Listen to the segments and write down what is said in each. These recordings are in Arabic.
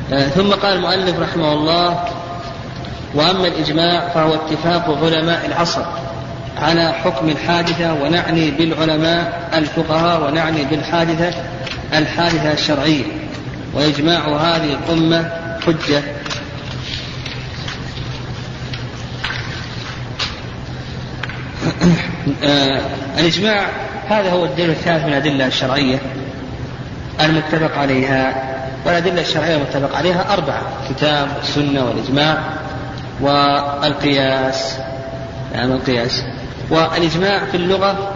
ثم قال المؤلف رحمه الله: وأما الإجماع فهو اتفاق علماء العصر على حكم الحادثة، ونعني بالعلماء الفقهاء، ونعني بالحادثة الحادثة الشرعية، وإجماع هذه الأمة حجة. الإجماع هذا هو الدليل الثالث من الأدلة الشرعية المتفق عليها، والأدلة الشرعية المتفق عليها 4: كتاب والسنة والإجماع والقياس. يعني القياس. والإجماع في اللغة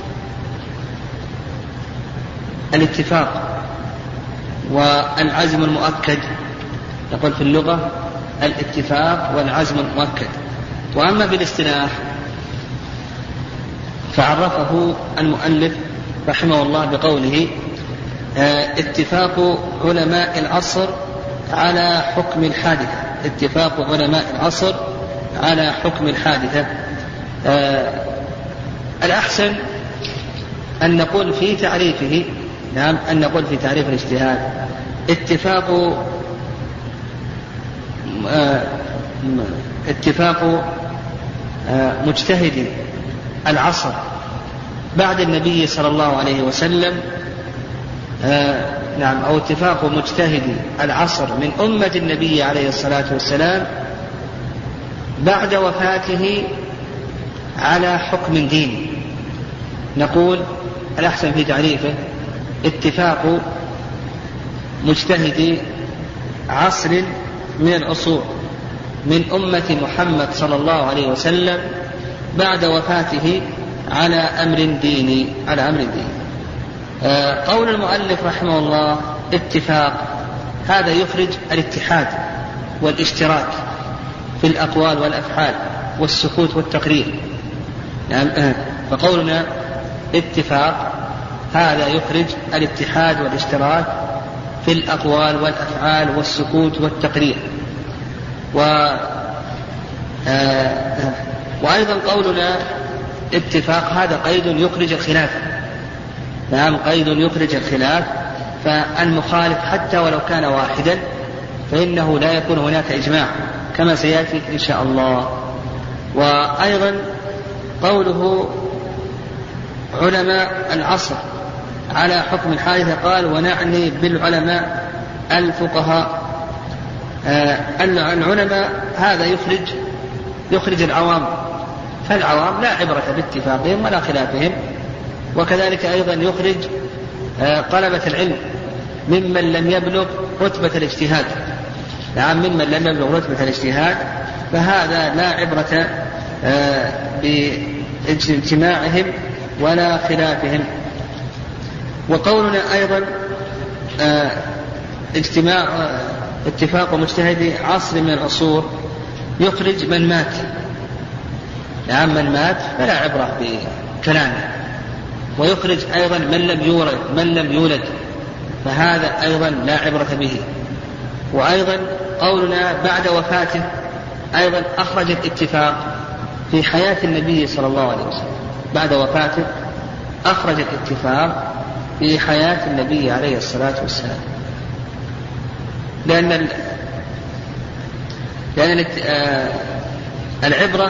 الاتفاق والعزم المؤكد، نقول في اللغة الاتفاق والعزم المؤكد. وأما في الاصطلاح فعرفه المؤلف رحمه الله بقوله: اتفاق علماء العصر على حكم الحادثة. اتفاق علماء العصر على حكم الحادثة. الأحسن أن نقول في تعريفه، نعم، أن نقول في تعريف الاجتهاد: اتفاق مجتهد العصر بعد النبي صلى الله عليه وسلم، نعم، أو اتفاق مجتهد العصر من أمة النبي عليه الصلاة والسلام بعد وفاته على حكم ديني. نقول الأحسن في تعريفه: اتفاق مجتهد عصر من العصور من أمة محمد صلى الله عليه وسلم بعد وفاته على أمر ديني. قول المؤلف رحمه الله اتفاق، هذا يخرج الاتحاد والاشتراك في الأقوال والأفعال والسكوت والتقرير. فقولنا اتفاق هذا يخرج الاتحاد والاشتراك في الأقوال والأفعال والسكوت والتقرير. وأيضا قولنا اتفاق هذا قيد يخرج الخلاف. نعم، قيد يخرج الخلاف، فالمخالف حتى ولو كان واحدا فإنه لا يكون هناك إجماع كما سيأتي إن شاء الله. وأيضا قوله علماء العصر على حكم الحادثة، قال: ونعني بالعلماء الفقهاء. العلماء هذا يخرج العوام، فالعوام لا عبرة باتفاقهم ولا خلافهم. وكذلك أيضا يخرج طلبة العلم ممن لم يبلغ رتبة الاجتهاد. نعم، ممن لم يبلغ رتبة الاجتهاد، فهذا لا عبرة باجتماعهم ولا خلافهم. وقولنا أيضا اتفاق مجتهد عصر من العصور يخرج من مات. نعم، من مات فلا عبرة بكلامه. ويخرج أيضا من لم يولد فهذا أيضا لا عبرة به. وأيضا قولنا بعد وفاته أيضا أخرج الاتفاق في حياة النبي صلى الله عليه وسلم. بعد وفاته أخرج الاتفاق في حياة النبي عليه الصلاة والسلام، لأن العبرة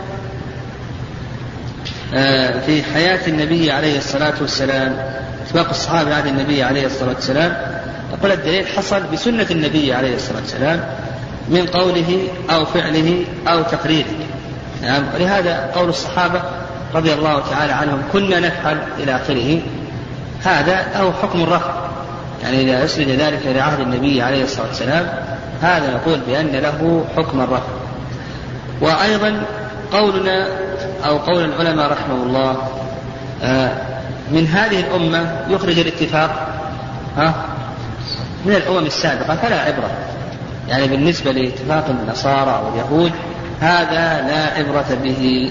في حياة النبي عليه الصلاة والسلام، اتفاق الصحابة بعد النبي عليه الصلاة والسلام، نقول الدليل حصل بسنة النبي عليه الصلاة والسلام من قوله أو فعله أو تقريره. نعم، ولهذا قول الصحابة رضي الله تعالى عنهم: كنا نفعل إلى آخره، هذا له حكم الرفع. يعني إذا أسند ذلك إلى عهد النبي عليه الصلاة والسلام هذا نقول بأن له حكم الرفع. وأيضا قولنا أو قول العلماء رحمه الله من هذه الأمة يخرج الاتفاق من الأمم السابقة فلا عبرة. يعني بالنسبة لاتفاق النصارى واليهود هذا لا عبرة به.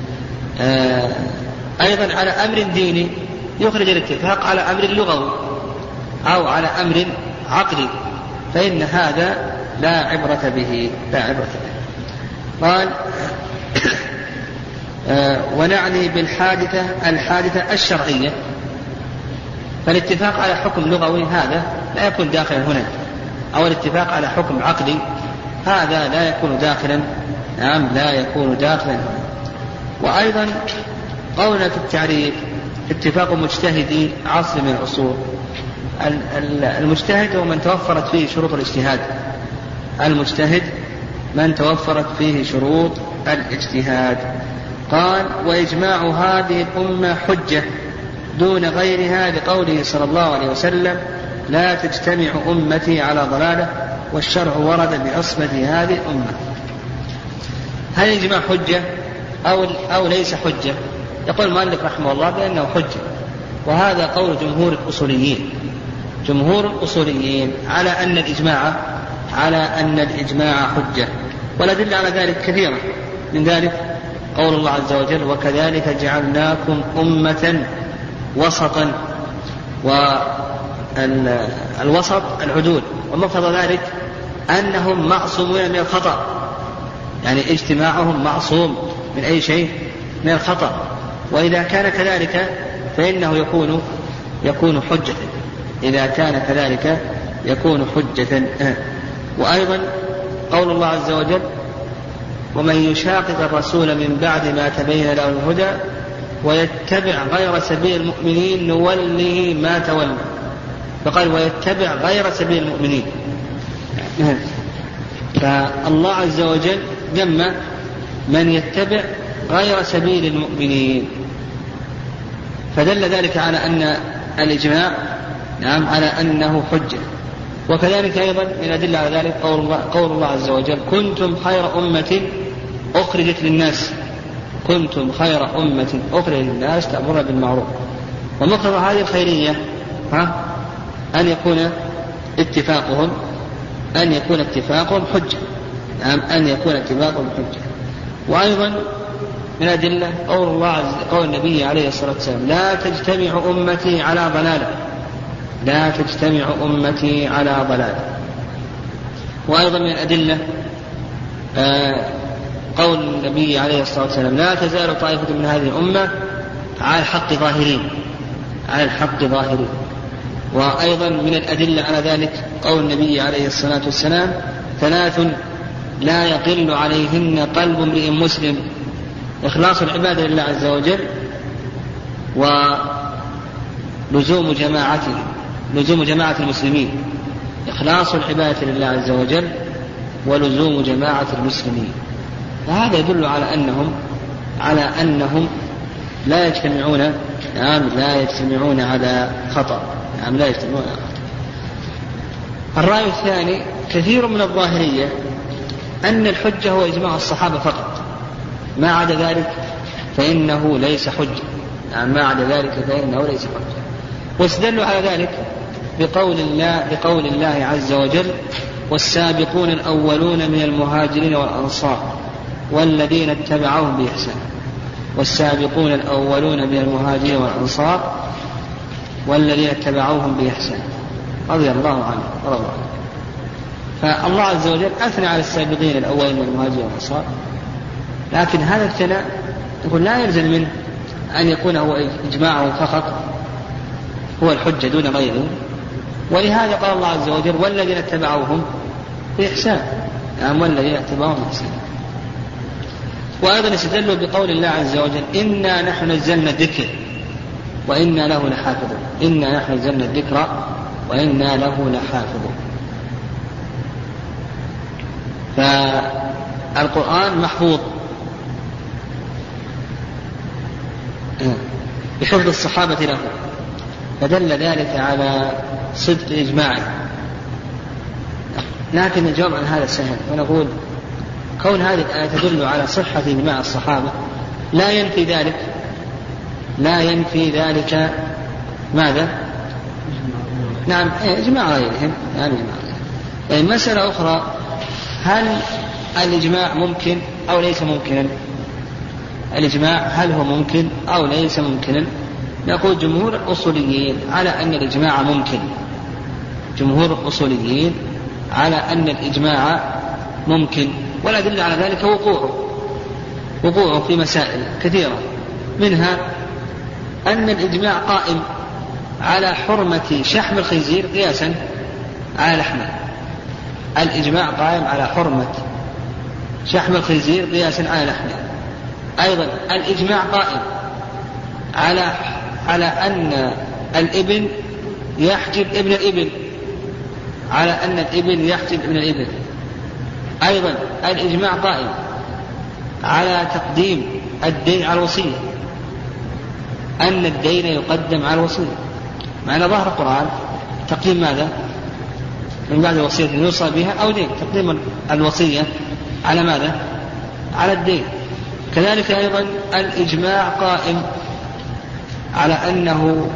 أيضا على أمر ديني يخرج الاتفاق على أمر لغوي أو على أمر عقلي، فإن هذا لا عبرة به. قال: ونعني بالحادثة الحادثة الشرعية. فالاتفاق على حكم لغوي هذا لا يكون داخلا هنا، أو الاتفاق على حكم عقدي هذا لا يكون داخلا، نعم لا يكون داخلا. وأيضا قولنا في التعريف اتفاق مجتهدي عصر من العصور. المجتهد هو من توفرت فيه شروط الاجتهاد، المجتهد من توفرت فيه شروط الاجتهاد. قال وإجماع هذه الأمة حجة دون غيرها لقوله صلى الله عليه وسلم لا تجتمع أمتي على ضلالة والشرع ورد بأصمة هذه الأمة. هل الإجماع حجة أو ليس حجة؟ يقول المؤلف رحمه الله بأنه حجة، وهذا قول جمهور الأصوليين. جمهور الأصوليين على أن الإجماع حجة، والأدلة على ذلك كثيرة. من ذلك قول الله عز وجل وكذلك جعلناكم أمة وسطا، والوسط العدول، ومقتضى ذلك أنهم معصومون من الخطأ، يعني اجتماعهم معصوم من أي شيء من الخطأ، وإذا كان كذلك فإنه يكون حجة، إذا كان كذلك يكون حجة. وأيضا قول الله عز وجل ومن يشاقق الرسول من بعد ما تبين له الهدى ويتبع غير سبيل المؤمنين نوله ما تولى، فقال ويتبع غير سبيل المؤمنين. فالله عز وجل جمع من يتبع غير سبيل المؤمنين، فدل ذلك على أن الإجماع نعم على أنه حجة. وكذلك أيضا من أدلة على ذلك قول الله عز وجل كنتم خير أمة أخرجت للناس، كنتم خير أمة أخرجت للناس تأمرون بالمعروف. ومقتضى هذه الخيرية أن يكون اتفاقهم حجة، نعم أن يكون اتفاقهم حجة. وأيضا من أدلة قول النبي عليه الصلاة والسلام لا تجتمع أمتي على ضلالة، لا تجتمع أمتي على ضلالة. وأيضا من الأدلة قول النبي عليه الصلاة والسلام لا تزال طائفة من هذه الأمة على الحق ظاهرين، على الحق ظاهرين. وأيضا من الأدلة على ذلك قول النبي عليه الصلاة والسلام ثلاث لا يقل عليهن قلب امرئ مسلم إخلاص العبادة لله عز وجل ولزوم جماعة المسلمين، إخلاص العبادة لله عز وجل ولزوم جماعة المسلمين. فهذا يدل على أنهم لا يجتمعون على خطأ، لا يجتمعون على خطأ. الرأي الثاني كثير من الظاهرية أن الحجة هو إجماع الصحابة فقط، ما عدا ذلك فإنه ليس حجة، ما عدا ذلك فإنه ليس حجة. واستدلوا على ذلك بقول الله عز وجل والسابقون الأولون من المهاجرين والأنصار والذين اتبعوهم بإحسان، والسابقون الأولون من المهاجرين والأنصار والذين اتبعوهم بإحسان رضي الله عنه ورضوا عنه. فالله عز وجل أثنى على السابقين الأولين من المهاجرين والأنصار، لكن هذا الثناء يقول لا يلزم منه أن يكون هو إجماعه فقط هو الحجة دون غيره. ولهذا قال الله عز وجل والذين اتبعوهم بإحسان، والذين اتبعوهم بإحسان. وأيضا استدلوا بقول الله عز وجل إنا نحن نزلنا الذكر وإنا له لحافظون، إنا نحن نزلنا الذكر وإنا له لحافظون. فالقرآن محفوظ بحفظ الصحابة له، فدل ذلك على صدق إجماعه. لكن الجواب عن هذا سهل، ونقول كون هذه الآية تدل على صحة إجماع الصحابة لا ينفي ذلك ماذا؟ نعم إجماع غيرهم. مسألة أخرى هل الإجماع ممكن أو ليس ممكنا؟ الإجماع هل هو ممكن أو ليس ممكنا؟ نقول جمهور الأصوليين على أن الإجماع ممكن، جمهور الأصوليين على أن الإجماع ممكن، والأدلة على ذلك وقوعه في مسائل كثيرة، منها أن الإجماع قائم على حرمة شحم الخنزير قياسا على لحمه، الإجماع قائم على حرمة شحم الخنزير قياسا على لحمه. أيضا الإجماع قائم على أن الإبل يحجب ابن الإبل، على أن الإبل يحجب ابن الإبل. أيضا الإجماع قائم على تقديم الدين على الوصية، أن الدين يقدم على الوصية، معنى ظهر القرآن تقديم ماذا؟ من بعد الوصية يوصى بها أو دين، تقديم الوصية على ماذا؟ على الدين. كذلك أيضا الإجماع قائم على أنه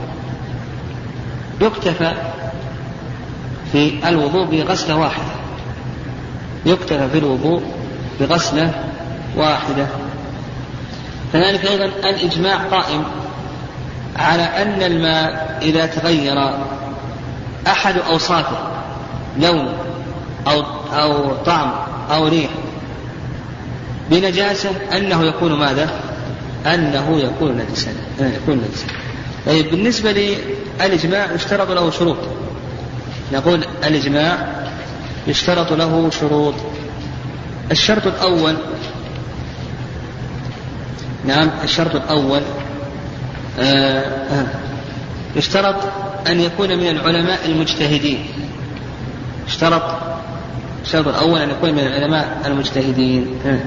يكتفى في الوضوء بغسلة واحدة، يكتفى في الوضوء بغسلة واحدة. كذلك أيضا الإجماع قائم على أن الماء إذا تغير أحد أوصافه، لون أو طعم أو ريح، بنجاسة، أنه يكون ماذا؟ أنه يكون نجسا. طيب بالنسبة للإجماع يشترط له شروط. نقول الإجماع يشترط له شروط. الشرط الأول، الشرط الأول يشترط أن يكون من العلماء المجتهدين. الشرط الأول أن يكون من العلماء المجتهدين.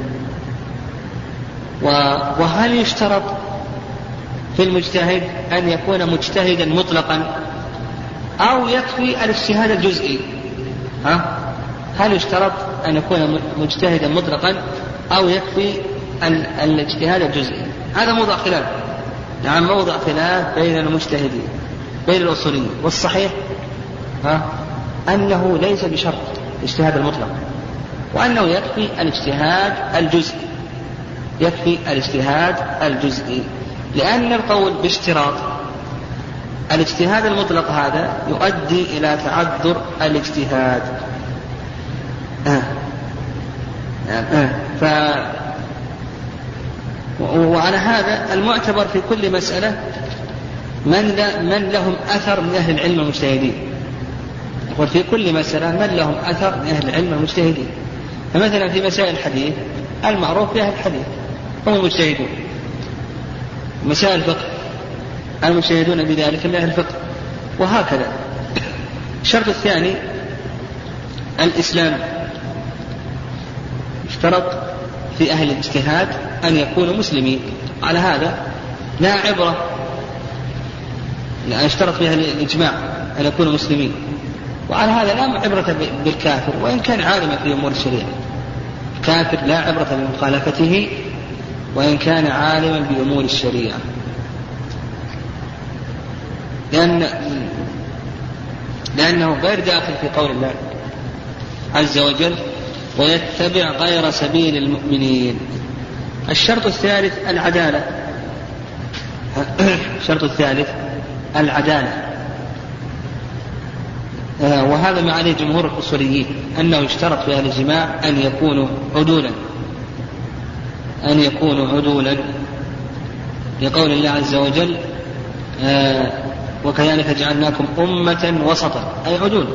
وهل يشترط في المجتهد أن يكون مجتهدا مطلقا أو يكفي الاجتهاد الجزئي؟ هل يشترط أن يكون مجتهدا مطلقا أو يكفي الاجتهاد الجزئي؟ هذا موضع خلاف. موضع خلاف بين المجتهدين، بين الأصوليين. والصحيح أنه ليس بشرط الاجتهاد المطلق، وأنه يكفي الاجتهاد الجزئي، يكفي الاجتهاد الجزئي، لأن القول باشتراط الاجتهاد المطلق هذا يؤدي إلى تعذر الاجتهاد. وعلى هذا المعتبر في كل مسألة من لهم أثر من أهل العلم المجتهدين. يقول في كل مسألة من لهم أثر من أهل العلم المجتهدين. فمثلا في مسائل الحديث المعروف في أهل الحديث هم المجتهدون. مسائل الفقه المجتهدون بذلك من أهل الفقه، وهكذا. الشرط الثاني الإسلام. اشترط في أهل الاجتهاد أن يكونوا مسلمين. على هذا لا عبرة، لأن اشترط في أهل الإجماع أن يكونوا مسلمين، وعلى هذا لا عبرة بالكافر وإن كان عالما في أمور الشريعة. الكافر لا عبرة بمخالفته وإن كان عالما بأمور الشريعة، لأنه غير داخل في قول الله عز وجل ويتبع غير سبيل المؤمنين. الشرط الثالث العدالة. الشرط الثالث العدالة، وهذا ما عليه جمهور الأصوليين، أنه يشترط في أهل الإجماع أن يكونوا عدولا، لقول الله عز وجل وكذلك جعلناكم أمة وسطا، أي عدول.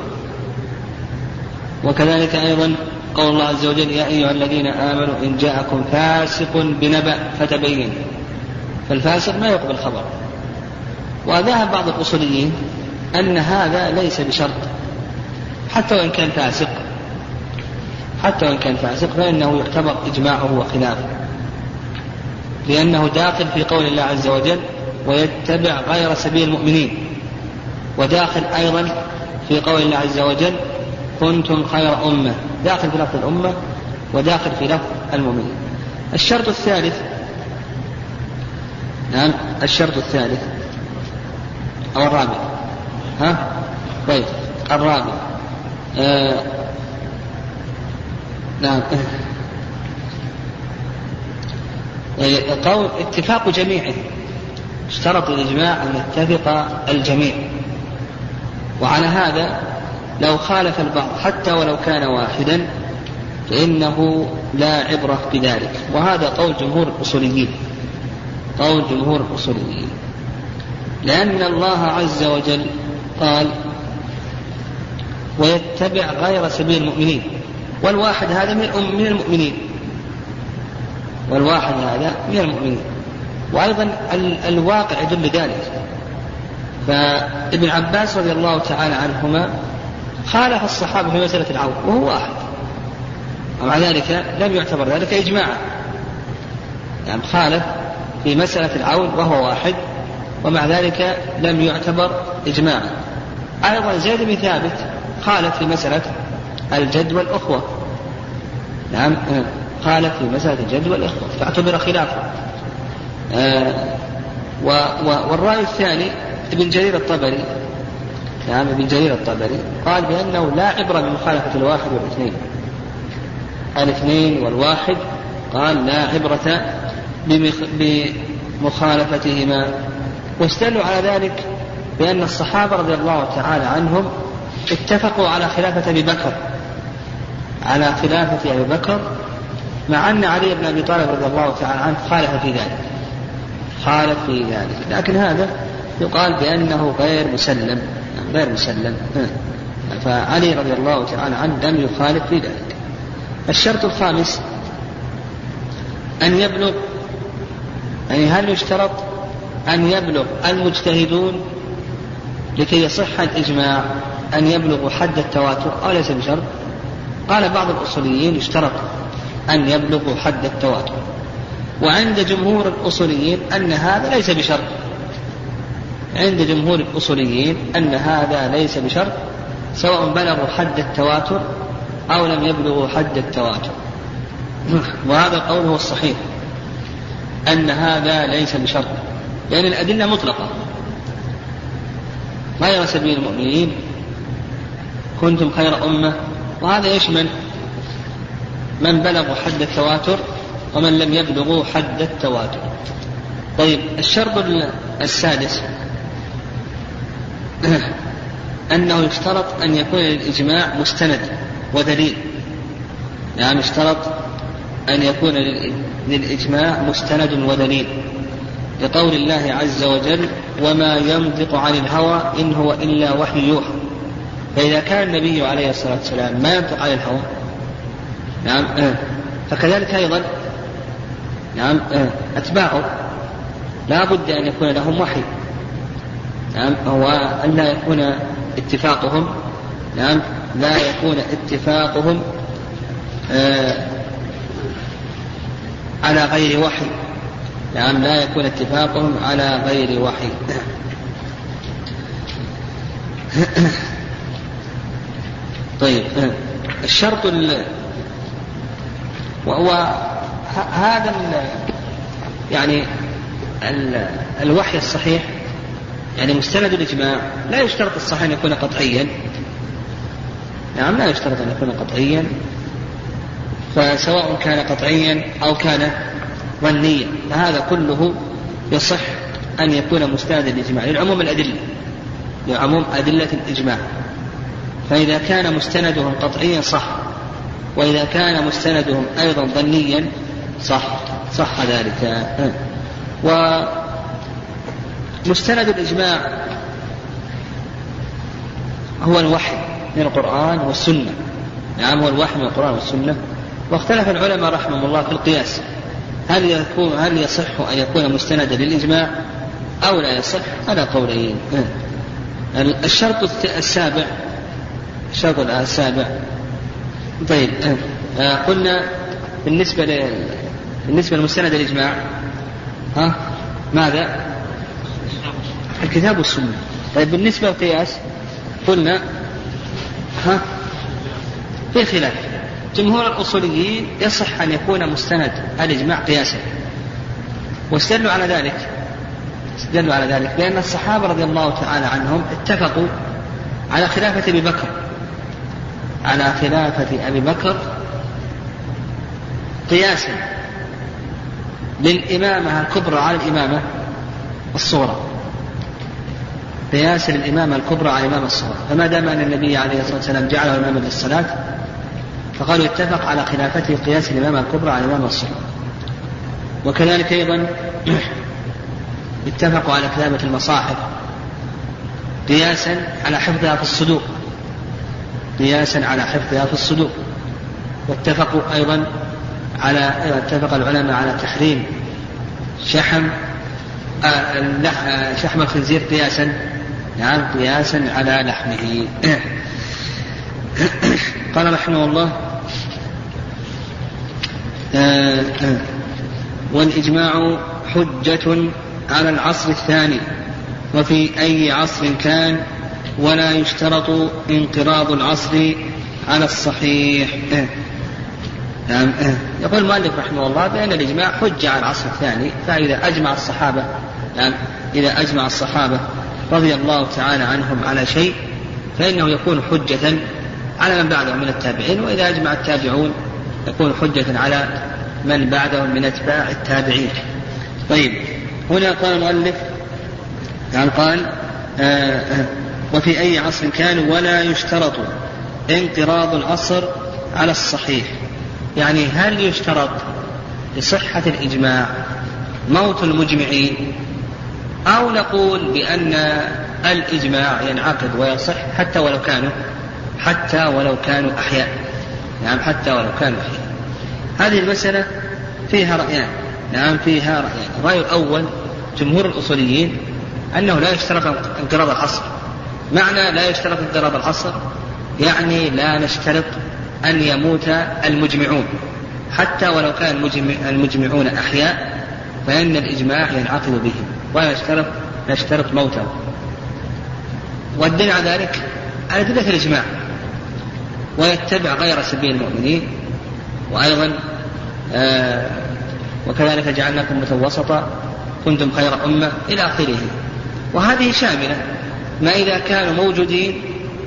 وكذلك أيضا قول الله عز وجل يا أيها الذين آمنوا إن جاءكم فاسق بنبأ فتبينوا، فالفاسق ما يقبل خبر. وذهب بعض الأصوليين أن هذا ليس بشرط، حتى وإن كان فاسق فإنه يعتبر إجماعه وخلافه، لأنه داخل في قول الله عز وجل ويتبع غير سبيل المؤمنين، وداخل أيضا في قول الله عز وجل كنتم خير أمة، داخل في لفظ الأمة وداخل في لفظ المؤمنين. الشرط الثالث، الشرط الثالث أو الرابع، طيب الرابع، قول اتفاق جميعهم. اشترط الإجماع أن يتفق الجميع، وعلى هذا لو خالف البعض حتى ولو كان واحدا فإنه لا عبرة بذلك. وهذا قول جمهور الأصوليين، لأن الله عز وجل قال ويتبع غير سبيل المؤمنين، والواحد هذا من المؤمنين، والواحد هذا من المؤمنين. وأيضا الواقع يدل ذلك. فابن عباس رضي الله تعالى عنهما خالف الصحابة في مسألة العون وهو واحد، ومع ذلك لم يعتبر ذلك إجماعا، يعني خالف في مسألة العون وهو واحد ومع ذلك لم يعتبر إجماعا. أيضا زيد بن ثابت خالف في مسألة الجد والأخوة، نعم خالف في مسألة الجد والأخوة فاعتبر خلافه. والرأي الثاني ابن جرير الطبري، نعم ابن جرير الطبري قال بأنه لا عبرة بمخالفة الواحد والاثنين، الاثنين والواحد، قال لا عبرة بمخالفتهما. واستدلوا على ذلك بأن الصحابة رضي الله تعالى عنهم اتفقوا على خلافة أبي بكر، على خلافة أبي بكر، مع أن علي بن أبي طالب رضي الله تعالى عنه خالف في ذلك، خالف في ذلك، لكن هذا يقال بأنه غير مسلم، غير مسلم. فعلي رضي الله تعالى عنه لم يخالف في ذلك. الشرط الخامس أن يبلغ، يعني هل يشترط أن يبلغ المجتهدون لكي يصح الإجماع أن يبلغوا حد التواتر أو ليس بشرط؟ قال بعض الأصوليين يشترط أن يبلغوا حد التواتر، وعند جمهور الأصوليين أن هذا ليس بشرط، عند جمهور الأصوليين أن هذا ليس بشرط سواء بلغوا حد التواتر أو لم يبلغوا حد التواتر. وهذا القول هو الصحيح، أن هذا ليس بشرط، لأن الأدلة مطلقة، غير سبيل المؤمنين، كنتم خير أمة، وهذا يشمل من بلغوا حد التواتر ومن لم يبلغوا حد التواتر. طيب الشرط السادس أنه يشترط أن يكون للإجماع مستند ودليل، يعني يشترط أن يكون للإجماع مستند ودليل، لقول الله عز وجل وما ينطق عن الهوى إن هو إلا وحي يوحى. فإذا كان النبي عليه الصلاة والسلام ما ينطق عن الهوى، نعم، فكذلك أيضا نعم أتباعه لا بد أن يكون لهم وحي، نعم، هو أن لا يكون اتفاقهم، نعم، لا يكون اتفاقهم على غير وحي، نعم، لا يكون اتفاقهم على غير وحي. طيب الشرط وهو هذا يعني الوحي الصحيح، يعني مستند الإجماع، لا يشترط الصحيح أن يكون قطعيا، نعم، لا يشترط أن يكون قطعيا، فسواء كان قطعيا أو كان ظنيا فهذا كله يصح أن يكون مستند الإجماع لعموم الأدلة، لعموم أدلة الإجماع. فإذا كان مستندهم قطعيا صح، وإذا كان مستندهم أيضا ظنيا صح ذلك. ومستند الإجماع هو الوحي من القرآن والسنة، نعم، هو الوحي من القرآن والسنة. واختلف العلماء رحمهم الله في القياس، هل يصح أن يكون مستندا للإجماع أو لا يصح، على قولين. الشرط السابع، طيب قلنا بالنسبة لمستند الإجماع ماذا؟ الكتاب والسنة. طيب بالنسبة للقياس قلنا في خلاف. جمهور الأصوليين يصح أن يكون مستند الإجماع قياسا، واستدلوا على ذلك لأن الصحابة رضي الله تعالى عنهم اتفقوا على خلافة أبي بكر قياسا للإمامة الكبرى على الإمامة الصغرى، قياسا للإمامة الكبرى على الإمامة الصغرى. فما دام أن النبي عليه الصلاة والسلام جعله إماما للصلاة فقالوا اتفق على خلافته قياس الإمامة الكبرى على الإمامة الصغرى. وكذلك أيضا اتفقوا على كتابة المصاحف قياسا على حفظها في الصدور، قياسا على حفظها في الصدور. واتفقوا أيضا اتفق العلماء على تحريم شحم الخنزير قياسا على لحمه. قال رحمه الله: والإجماع حجة على العصر الثاني وفي أي عصر كان، ولا يشترط انقراض العصر على الصحيح. يقول المؤلف رحمه الله بأن الإجماع حجة على العصر الثاني، فإذا أجمع الصحابة رضي الله تعالى عنهم على شيء فإنه يكون حجة على من بعدهم من التابعين، وإذا أجمع التابعون يكون حجة على من بعدهم من أتباع التابعين. طيب، هنا قال المؤلف قال وفي أي عصر كان ولا يشترط انقراض العصر على الصحيح. يعني هل يشترط لصحة الإجماع موت المجمعين، أو نقول بأن الإجماع ينعقد ويصح حتى ولو كانوا أحياء؟ حتى ولو كانوا أحياء. هذه المسألة فيها رأيان. فيها رأيان. الرأي الأول جمهور الأصوليين أنه لا يشترط انقراض العصر. معنى لا يشترط انقراض العصر يعني لا نشترط أن يموت المجمعون، حتى ولو كان المجمعون أحياء فإن الإجماع ينعقد بهم ولا نشترط موته. والدليل على ذلك على أدلة الإجماع: ويتبع غير سبيل المؤمنين، وأيضا وكذلك جعلناكم أمة وسطا كنتم خير أمة إلى آخره. وهذه شاملة ما إذا كانوا موجودين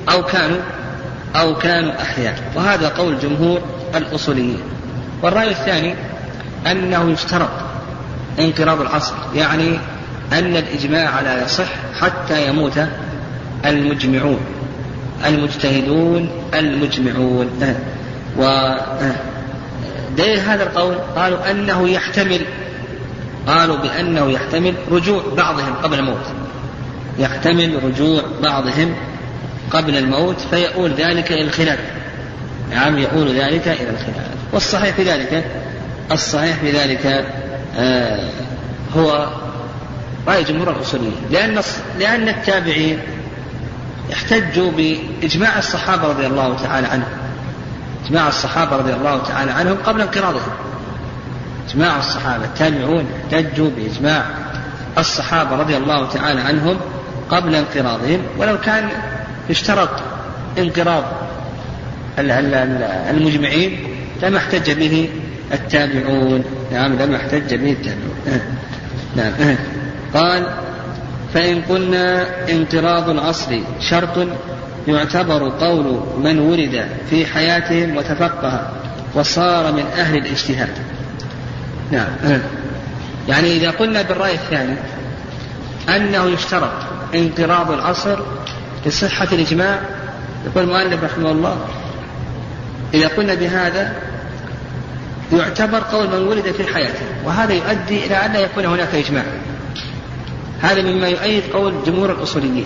أو كانوا أحياء، وهذا قول جمهور الأصوليين. والرأي الثاني أنه يشترط انقراض العصر، يعني أن الإجماع لا يصح حتى يموت المجمعون المجتهدون المجمعون. ودليل هذا القول قالوا بأنه يحتمل رجوع بعضهم قبل الموت، قبل الموت فيؤول ذلك إلى الخلاف. والصحيح في ذلك هو رأي جمهور الأصوليين، لأن التابعين احتجوا بإجماع الصحابة رضي الله تعالى عنهم قبل انقراضهم. إجماع الصحابة، التابعون احتجوا بإجماع الصحابة رضي الله تعالى عنهم قبل انقراضهم، ولو كان يشترط انقراض المجمعين لما احتج به التابعون. قال: فإن قلنا انقراض العصر شرط يعتبر قول من ولد في حياتهم وتفقه وصار من أهل الاجتهاد. يعني إذا قلنا بالرأي الثاني أنه يشترط انقراض العصر لصحة الإجماع، يقول المؤلف رحمه الله: إذا قلنا بهذا يعتبر قول من ولد في حياته، وهذا يؤدي إلى أن لا يكون هناك إجماع. هذا مما يؤيد قول جمهور الأصوليين.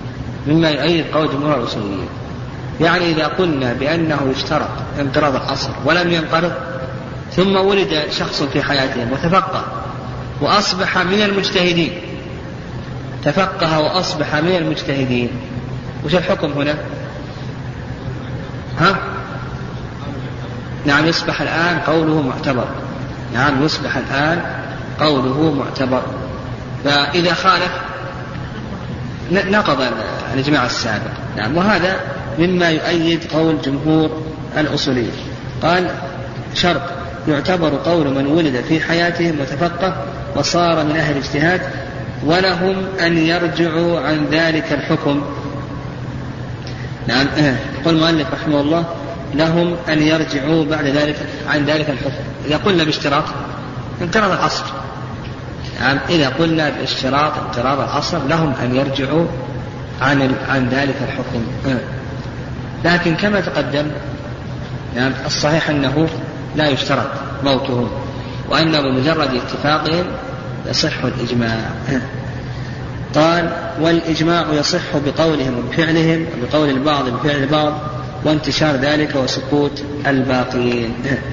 يعني إذا قلنا بأنه يشترط انقراض العصر ولم ينقرض، ثم ولد شخص في حياتهم وتفقه وأصبح من المجتهدين، وش الحكم هنا؟ يصبح الآن قوله معتبر. فإذا خالف نقض الإجماع السابق. وهذا مما يؤيد قول جمهور الأصوليين. قال: شرط يعتبر قول من ولد في حياتهم وتفقه وصار من أهل الاجتهاد، ولهم أن يرجعوا عن ذلك الحكم. يقول المؤلف رحمه الله: لهم أن يرجعوا بعد ذلك عن ذلك الحكم. إذا قلنا باشتراط انقراض العصر، لهم أن يرجعوا عن ذلك الحكم. لكن كما تقدم الصحيح أنه لا يشترط موتهم، وأنه بمجرد اتفاقهم يصح الإجماع. قال: والإجماع يصح بقولهم وبفعلهم، وبقول البعض بفعل البعض، وانتشار ذلك وسكوت الباقين.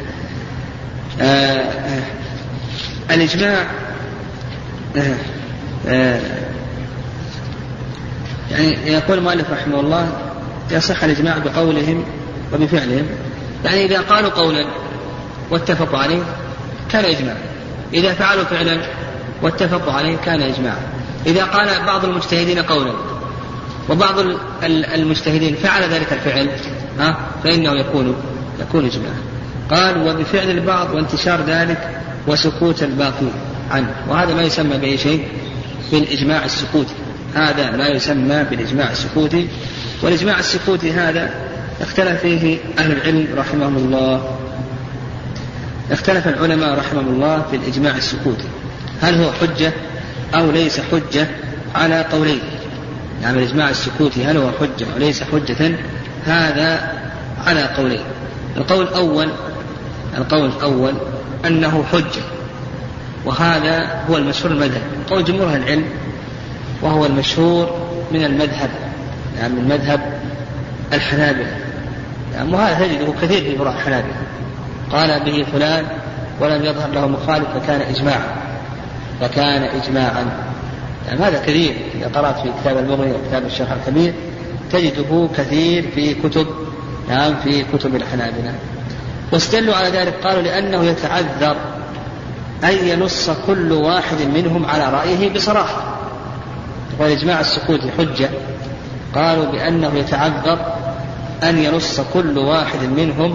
الإجماع يعني يقول المؤلف رحمه الله يصح الإجماع بقولهم وبفعلهم، يعني إذا قالوا قولا واتفقوا عليه كان إجماع، إذا فعلوا فعلا واتفقوا عليه كان إجماع، إذا قال بعض المجتهدين قولا وبعض المجتهدين فعل ذلك الفعل فإنه يكون إجماع. قال وبفعل البعض وانتشار ذلك وسكوت الباقي عنه، وهذا ما يسمى بأي شيء بالإجماع السكوتي، هذا ما يسمى بالإجماع السكوتي. والإجماع السكوتي هذا اختلف فيه أهل العلم رحمهم الله، اختلف العلماء رحمهم الله في الإجماع السكوتي، هل هو حجة أو ليس حجة، على قولين. يعني الإجماع السكوتي هل هو حجة أو ليس حجة، هذا على قولين. القول الأول أنه حجة، وهذا هو المشهور المذهب، قول جمهور أهل العلم، وهو المشهور من المذهب، يعني من مذهب الحنابلة، يعني وهذا تجده كثير في فروع الحنابلة، قال به فلان ولم يظهر له مخالف فكان إجماعا. يعني هذا كثير، إذا قرأت في كتاب المغني وكتاب الشرح الكبير تجده كثير في كتب الحنابلة. واستدلوا على ذلك قالوا لأنه يتعذر أن ينص كل واحد منهم على رأيه بصراحة، والإجماع السكوتي حجة، قالوا بأنه يتعذر أن ينص كل واحد منهم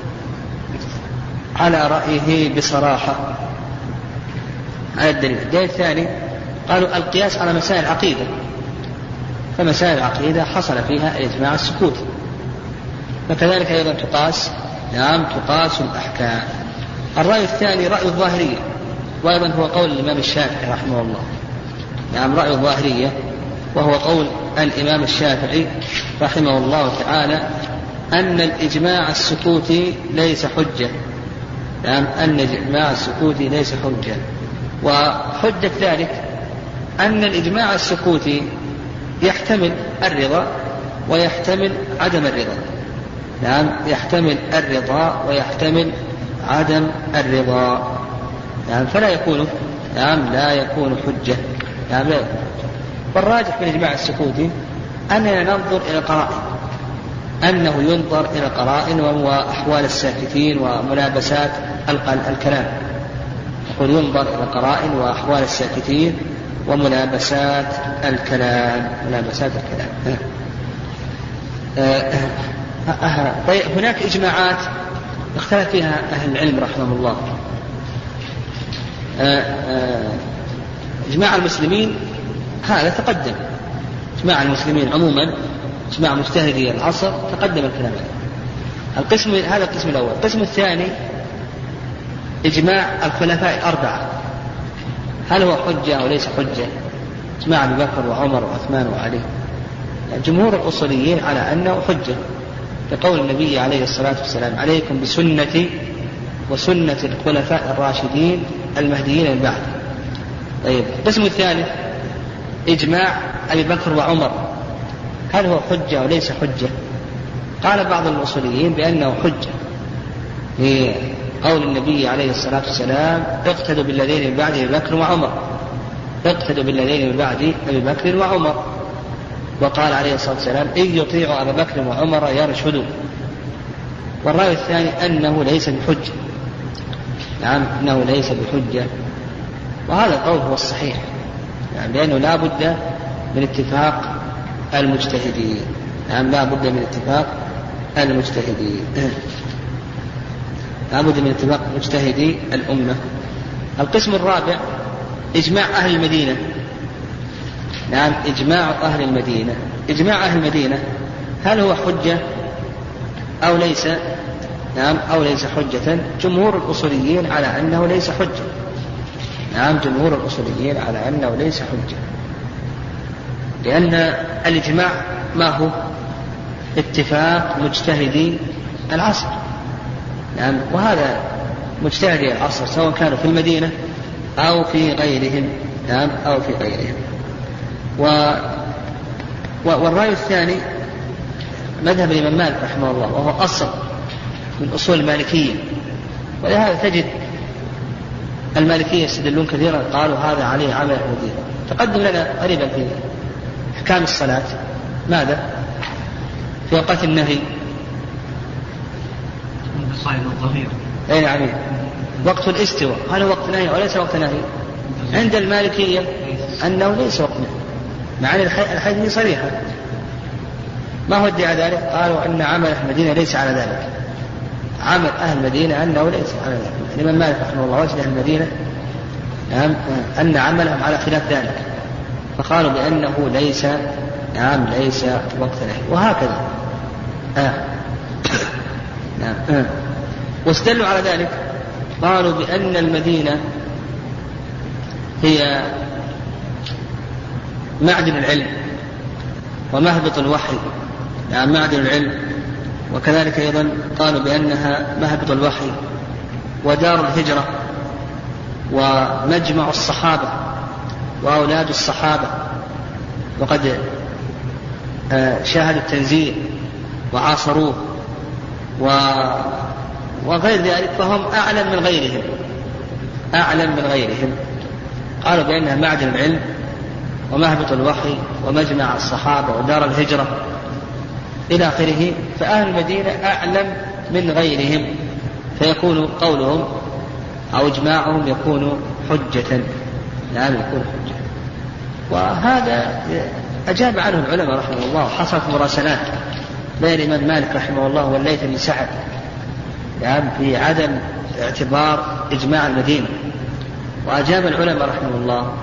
على رأيه بصراحة. على الدليل الثاني قالوا القياس على مسائل العقيدة، فمسائل العقيدة حصل فيها الإجماع السكوتي، فكذلك أيضا تقاس الأحكام. الرأي الثاني رأي الظاهرية، وأيضا هو قول الإمام الشافعي رحمه الله، رأي الظاهرية وهو قول الإمام الشافعي رحمه الله تعالى أن الإجماع السكوتي ليس حجة، أن الإجماع السكوتي ليس حجة. وحجة ذلك أن الإجماع السكوتي يحتمل الرضا ويحتمل عدم الرضا، يحتمل الرضا ويحتمل عدم الرضا، فلا يكون لا يكون حجة. والراجح في الإجماع السكوتي أننا ننظر إلى القرائن، أنه ينظر إلى القرائن وهو أحوال الساكتين وملابسات الكلام، يقول ينظر إلى القرائن وأحوال الساكتين وملابسات الكلام. طيب هناك إجماعات اختلف فيها أهل العلم رحمهم الله. إجماع المسلمين هذا تقدم، إجماع المسلمين عموما، إجماع مجتهدي العصر تقدم الكلام عليه. هذا القسم الأول. القسم الثاني إجماع الخلفاء الأربعة، هل هو حجة أو ليس حجة؟ إجماع أبي بكر وعمر وعثمان وعلي، جمهور الأصوليين على أنه حجة، لقول النبي عليه الصلاة والسلام عليكم بسنتي وسنة الخلفاء الراشدين المهديين من بعد. طيب القسم الثالث إجماع أبي بكر وعمر، هل هو حجة أو ليس حجة؟ قال بعض الأصوليين بأنه حجة، في قول النبي عليه الصلاة والسلام اقتدوا بالذين من بعد أبي بكر وعمر، اقتدوا بالذين من بعد أبي بكر وعمر. وقال عليه الصلاة والسلام إن يطيعوا أبا بكر وعمر يرشدوا. والرأي الثاني أنه ليس بحجة، أنه ليس بحجة، وهذا القول هو الصحيح، لأنه لا بد من اتفاق المجتهدين، لا بد من اتفاق المجتهدين، لا بد من اتفاق مجتهدي الأمة. القسم الرابع إجماع أهل المدينة، إجماع أهل المدينة. إجماع أهل المدينة هل هو حجة أو ليس؟ أو ليس حجة؟ جمهور الأصوليين على أنه ليس حجة، جمهور الأصوليين على أنه ليس حجة، لأن الإجماع ما هو؟ اتفاق مجتهدي العصر، وهذا مجتهدي العصر سواء كانوا في المدينة أو في غيرهم، أو في غيرهم. والرأي الثاني مذهب الإمام مالك رحمه الله، وهو أصل من أصول المالكية. ولهذا تجد المالكية يستدلون كثيرا قالوا هذا عليه عمل المدينة. تقدم لنا قريبا في أحكام الصلاة ماذا؟ في أوقات النهي أي نعم، وقت الاستواء هل هو وقت نهي وليس وقت نهي؟ عند المالكية أنه ليس وقت نهي، مع أن الحديث صريحة. ما هو ادعى ذلك؟ قالوا أن عمل أهل المدينة ليس على ذلك، عمل أهل المدينة أنه ليس على ذلك. الإمام مالك رحمه الله وجد أهل المدينة أن عملهم على خلاف ذلك، فقالوا بأنه ليس ليس وقت نهي، وهكذا واستدلوا على ذلك قالوا بأن المدينة هي معدن العلم ومهبط الوحي، معدن العلم، وكذلك أيضا قالوا بأنها مهبط الوحي ودار الهجرة ومجمع الصحابة وأولاد الصحابة، وقد شاهدوا التنزيل وعاصروه وغير ذلك، فهم أعلم من غيرهم. قالوا بأنها معدن العلم ومهبط الوحي ومجمع الصحابة ودار الهجرة إلى آخره، فأهل المدينة أعلم من غيرهم، فيكون قولهم أو إجماعهم يكون حجة. نعم يكون حجة. وهذا أجاب عنه العلماء رحمه الله، حصلت مراسلات بين الإمام مالك رحمه الله والليث بن سعد في عدم اعتبار إجماع المدينة، وأجاب العلماء رحمه الله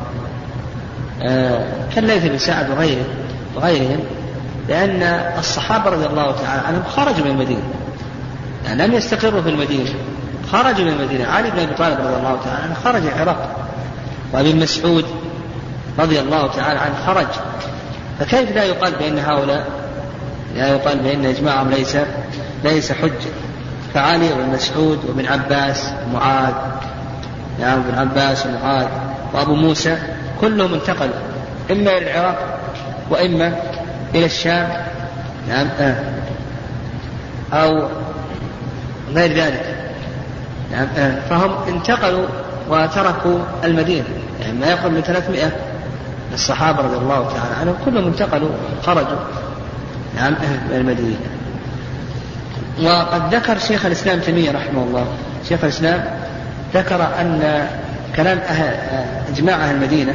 كالليث بن سعد وغيرهم لأن الصحابة رضي الله تعالى عنهم خرجوا من المدينة، يعني لم يستقروا في المدينة، خرجوا من المدينة. علي بن أبي طالب رضي الله تعالى عنه خرج العراق، وابن مسعود رضي الله تعالى عنه خرج، فكيف لا يقال بأن هؤلاء بأن إجماعهم ليس حجة؟ فعلي وابن مسعود وابن عباس ومعاذ، ابن عباس ومعاذ وأبو موسى كلهم انتقلوا إما إلى العراق وإما إلى الشام أو غير ذلك، فهم انتقلوا وتركوا المدينة، يعني ما يقرب من 300 الصحابة رضي الله تعالى عنهم كلهم انتقلوا خرجوا من المدينة. وقد ذكر شيخ الإسلام تيمية رحمه الله، شيخ الإسلام ذكر أن كلام إجماع أهل المدينة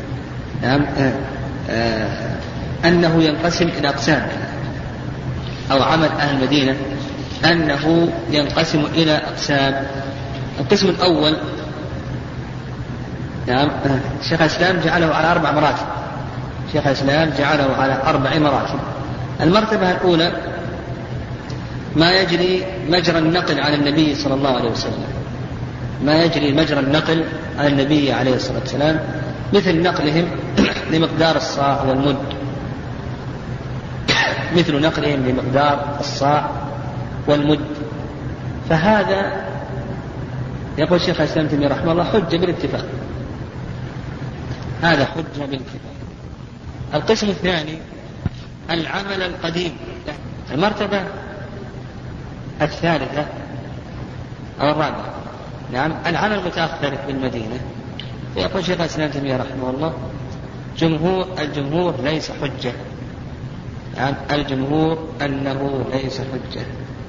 أنه ينقسم إلى أقسام، أو عمل أهل المدينة أنه ينقسم إلى أقسام. القسم الأول شيخ الإسلام جعله على 4 مراتب. شيخ الإسلام جعله على 4 مراتب. المرتبة الأولى ما يجري مجرى النقل عن النبي صلى الله عليه وسلم، ما يجري مجرى النقل عن النبي عليه الصلاة والسلام، مثل نقلهم لمقدار الصاع والمد، مثل نقلهم لمقدار الصاع والمد. فهذا يقول شيخ الإسلام تيمية رحمه الله حجة بالاتفاق، هذا حجة بالاتفاق. القسم الثاني العمل القديم. المرتبة الثالثة أو الرابعة العمل المتأخر بالمدينة. يقول شيخ الإسلام تيمية رحمه الله الجمهور ليس حجة، الجمهور أنه ليس حجة.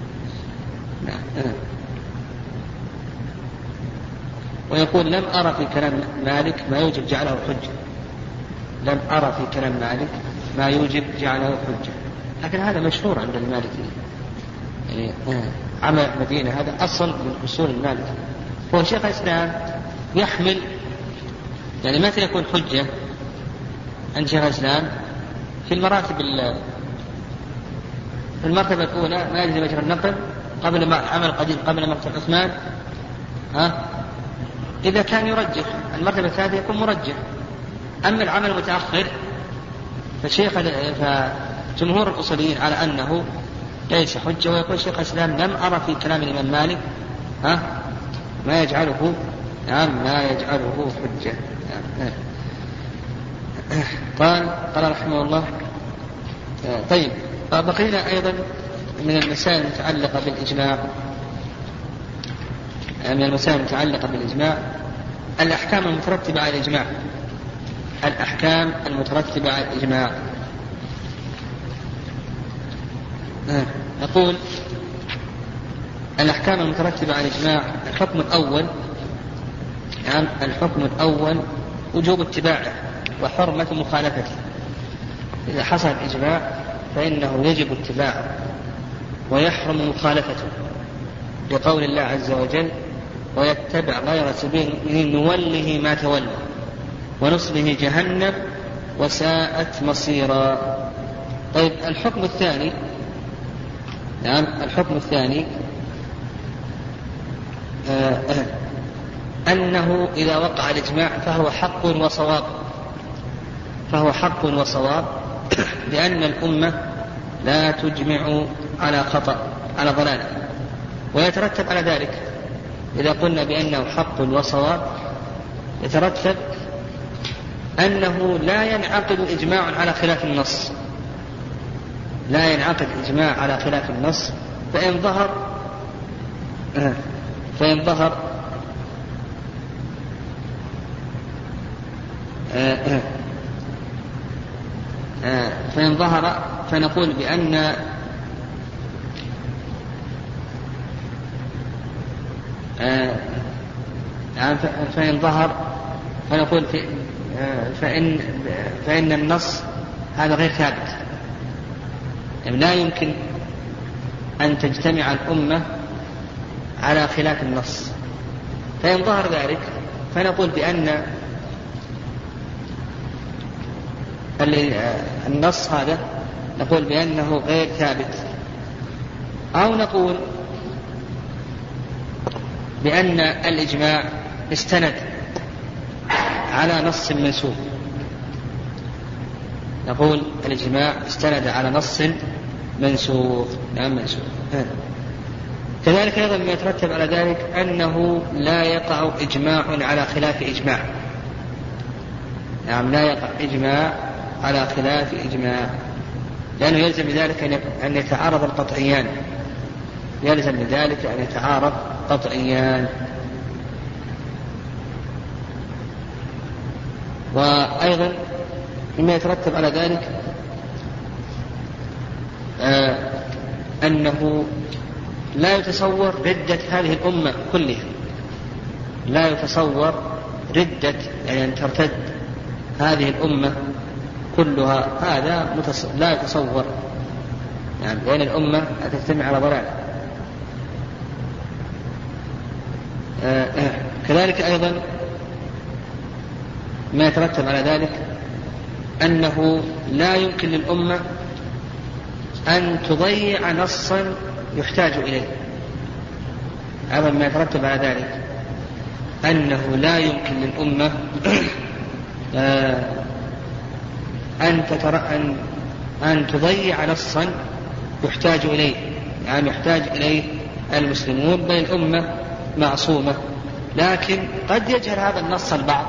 ويقول لم أرى في كلام مالك ما يوجب جعله حجة، لم أرى في كلام مالك ما يوجب جعله حجة، لكن هذا مشهور عند المالكية، يعني عمل المدينة هذا أصل من أصول المالك. هو شيخ الإسلام يحمل، يعني متى يكون حجة عند شيخ الإسلام؟ في المراتب، في المرتبة الأولى ما يجري مجرى النقل قبل ما عمل قديم قبل مقتل عثمان، إذا كان يرجح. المرتبة الثالثة يكون مرجح. أما العمل المتأخر فجمهور الأصوليين على أنه ليس حجة. ويقول شيخ الإسلام لم أرى في كلام الإمام مالك ما يجعله حجة. قال رحمه الله. طيب بقينا أيضا من المسائل المتعلقة بالإجماع، الأحكام المترتبة على الإجماع. الأحكام المترتبة على الإجماع، نقول الأحكام المترتبة على الإجماع: الحكم الأول وجوب اتباعه وحرمة مخالفته. إذا حصل الإجماع فإنه يجب اتباعه ويحرم مخالفته، لقول الله عز وجل: ويتبع غير سبيل المؤمنين نوله ما تولى ونصله جهنم وساءت مصيرا. طيب، الحكم الثاني أنه إذا وقع الإجماع فهو حق وصواب لأن الأمة لا تجمع على خطأ، على ضلال. ويترتب على ذلك، إذا قلنا بأنه حق وصواب، يترتب أنه لا ينعقد إجماع على خلاف النص، فإن ظهر فنقول بأن فإن النص هذا غير ثابت، يعني لا يمكن أن تجتمع الأمة على خلاف النص. فإن ظهر ذلك فنقول بأن النص هذا نقول بأنه غير ثابت، أو نقول بأن الإجماع استند على نص منسوخ، نقول الإجماع استند على نص منسوخ. كذلك أيضا ما يترتب على ذلك أنه لا يقع إجماع على خلاف إجماع، لا يقع إجماع على خلاف إجماع، لأنه يلزم بذلك أن يتعارض قطعيان. وأيضا مما يترتب على ذلك أنه لا يتصور ردة هذه الأمة كلها، يعني أن ترتد هذه الأمة كلها، هذا لا يتصور، يعني لأن الأمة تجتمع على ضلال. كذلك أيضا ما يترتب على ذلك أنه لا يمكن للأمة أن تضيع نصا يحتاج إليه. أيضا ما يترتب على ذلك أنه لا يمكن للأمة أن تضيع نصا يحتاج إليه، يعني يحتاج إليه المسلمون، بل الأمة معصومة. لكن قد يجهل هذا النص البعض،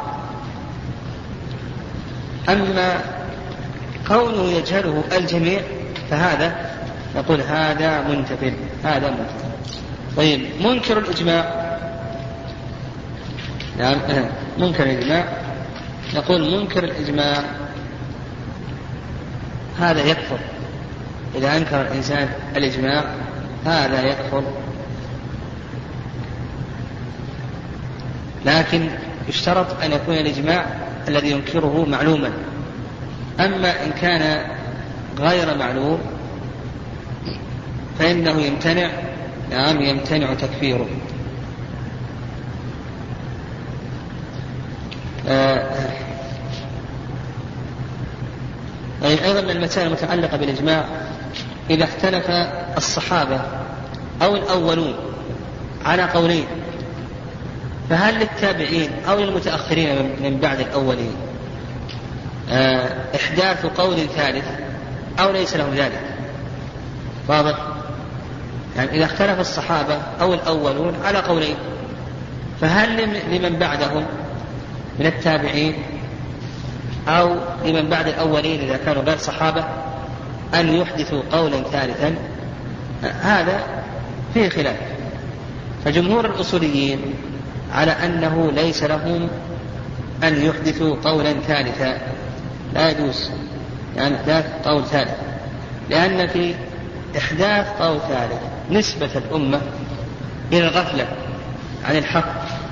أما كونه يجهله الجميع فهذا نقول هذا منتفل. طيب، منكر الإجماع، نقول منكر الإجماع هذا يكفر. إذا أنكر الإنسان الإجماع هذا يكفر، لكن يشترط أن يكون الإجماع الذي ينكره معلوما. أما إن كان غير معلوم فإنه يمتنع تكفيره. أيضا من المسائل المتعلقة بالإجماع: إذا اختلف الصحابة أو الأولون على قولين، فهل للتابعين أو للمتأخرين من بعد الأولين إحداث قول ثالث أو ليس لهم ذلك؟ واضح؟ يعني إذا اختلف الصحابة أو الأولون على قولين، فهل لمن بعدهم من التابعين أو لمن بعد الأولين إذا كانوا غير صحابة أن يحدثوا قولا ثالثا هذا فيه خلاف. فجمهور الأصوليين على أنه ليس لهم أن يحدثوا قولا ثالثا، لا يجوز يعني إحداث قول ثالث، لأن في إحداث قول ثالث نسبة الأمة إلى الغفلة عن الحق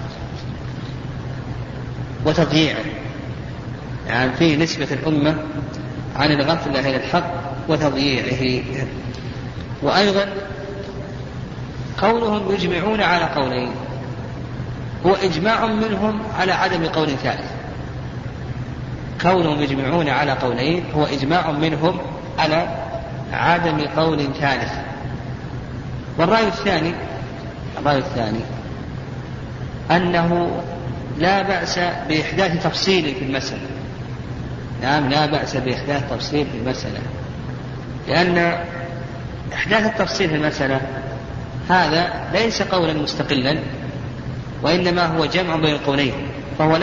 وتضييعه، يعني في نسبة الأمة عن الغفلة إلى الحق وتضييعه. وأيضا قولهم يجمعون على قولين هو إجماع منهم على عدم قول ثالث. كونهم يجمعون على قولين هو إجماع منهم على عدم قول ثالث. والرأي الثاني أنه لا بأس بإحداث تفصيل في المسألة. نعم، لا بأس بإحداث تفصيل في المسألة، لأن إحداث التفصيل في المسألة هذا ليس قولا مستقلا، وإنما هو جمع بين القولين، فهو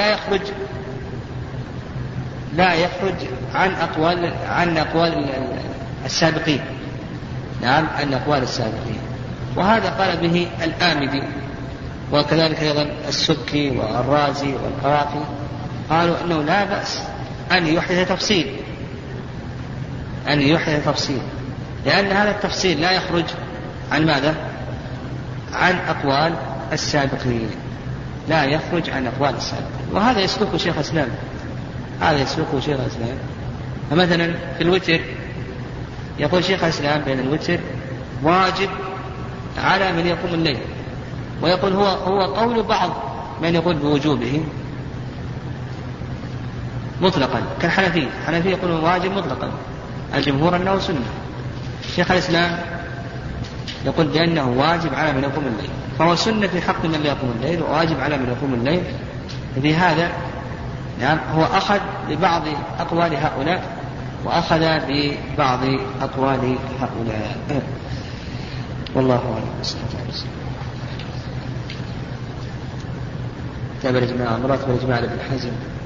لا يخرج عن أقوال السابقين. نعم، عن أقوال السابقين. وهذا قال به الآمدي، وكذلك أيضا السبكي والرازي والقرافي، قالوا أنه لا بأس أن يحدث تفصيل، لأن هذا التفصيل لا يخرج عن ماذا؟ عن أقوال السابقين، لا يخرج عن أقوال السابقين. وهذا يسلكه شيخ الإسلام، فمثلا في الوتر يقول شيخ الإسلام بين الوتر واجب على من يقوم الليل، ويقول هو قول بعض من يقول بوجوبه مطلقا كالحنفية. الحنفية يقولون واجب مطلقا، الجمهور أنه سنة. شيخ الإسلام يقول بأنه واجب على من يقوم الليل، فهو سنة في حق من يقوم الليل وواجب على من يقوم الليل. بهذا نعم هو أخذ ببعض أقوال هؤلاء وأخذ ببعض أقوال هؤلاء، والله أعلم. تابع الإجماع، مراتب الإجماع لابن حزم.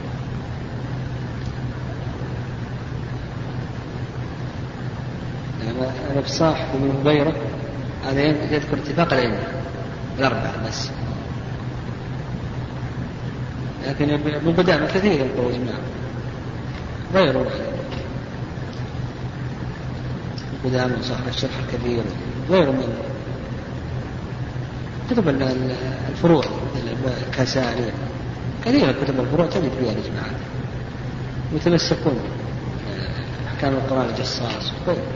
أنا بصاح من هبيرة هذا يذكر اتفاق العلم الأربعة بس، لكن ابن قدامة كثير يذكر الإجماع غيره. ابن قدامة صاحب الشرح الكبير غيره من كتب الفروع مثل الكسائي، كثيرا كتب الفروع تجد فيها الإجماع، يتمسكون أحكام القرآن الجصاص.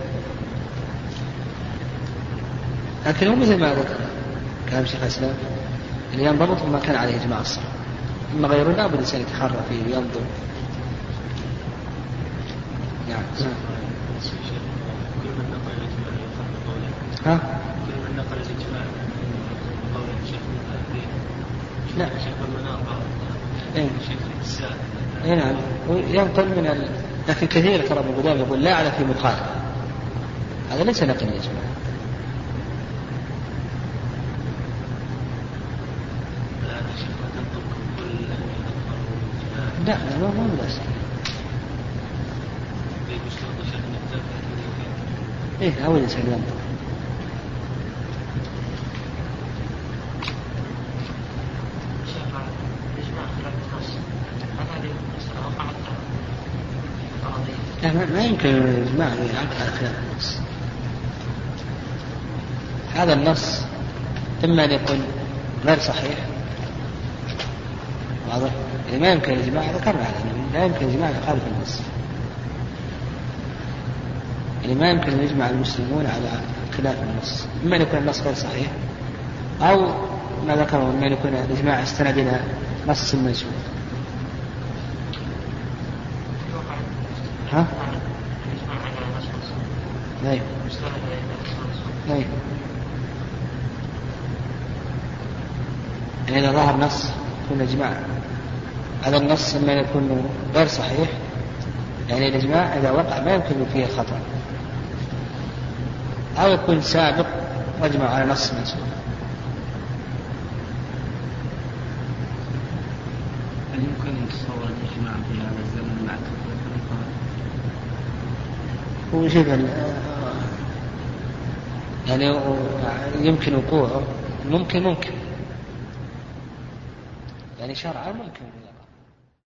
لكن هو مثل ما ذكر كلام شيخ الإسلام اللي ينضبط ما كان عليه إجماع الصحابة، أما غيره لا بد الإنسان يتحرى فيه وينظر. نعم. ها؟ لا. إيه نعم، ينقل من لكن كثير ترى ابن قدامة يقول لا على في مخالفة، هذا ليس نقل الإجماع. لا ما بلاسك. إيه أول إنسان ينظر. لا ما يمكن الإجماع ينعكس على خلاف النص. هذا النص إما أن يكون غير صحيح، واضح؟ يعني ما يمكن الإجماع، ذكرنا هذا، لا يمكن الإجماع يخالف النص، يعني ما يمكن أن يجمع المسلمون على خلاف النص، إما أن يكون النص غير صحيح أو ما ذكره إما أن يكون الإجماع استند إلى نص منسوخ. ها؟ أيوه. أيوه. يعني إذا ظهر نص يكون إجماع، هذا النص إما يكون غير صحيح، يعني الإجماع إذا وقع ما يمكن فيه خطأ، أو يكون سابق واجمع على نص منسوخ. هل يمكن تصور الإجماع في هذا الزمن مع وجب يعني يمكن وقوعه، ممكن يعني شرعا ممكن.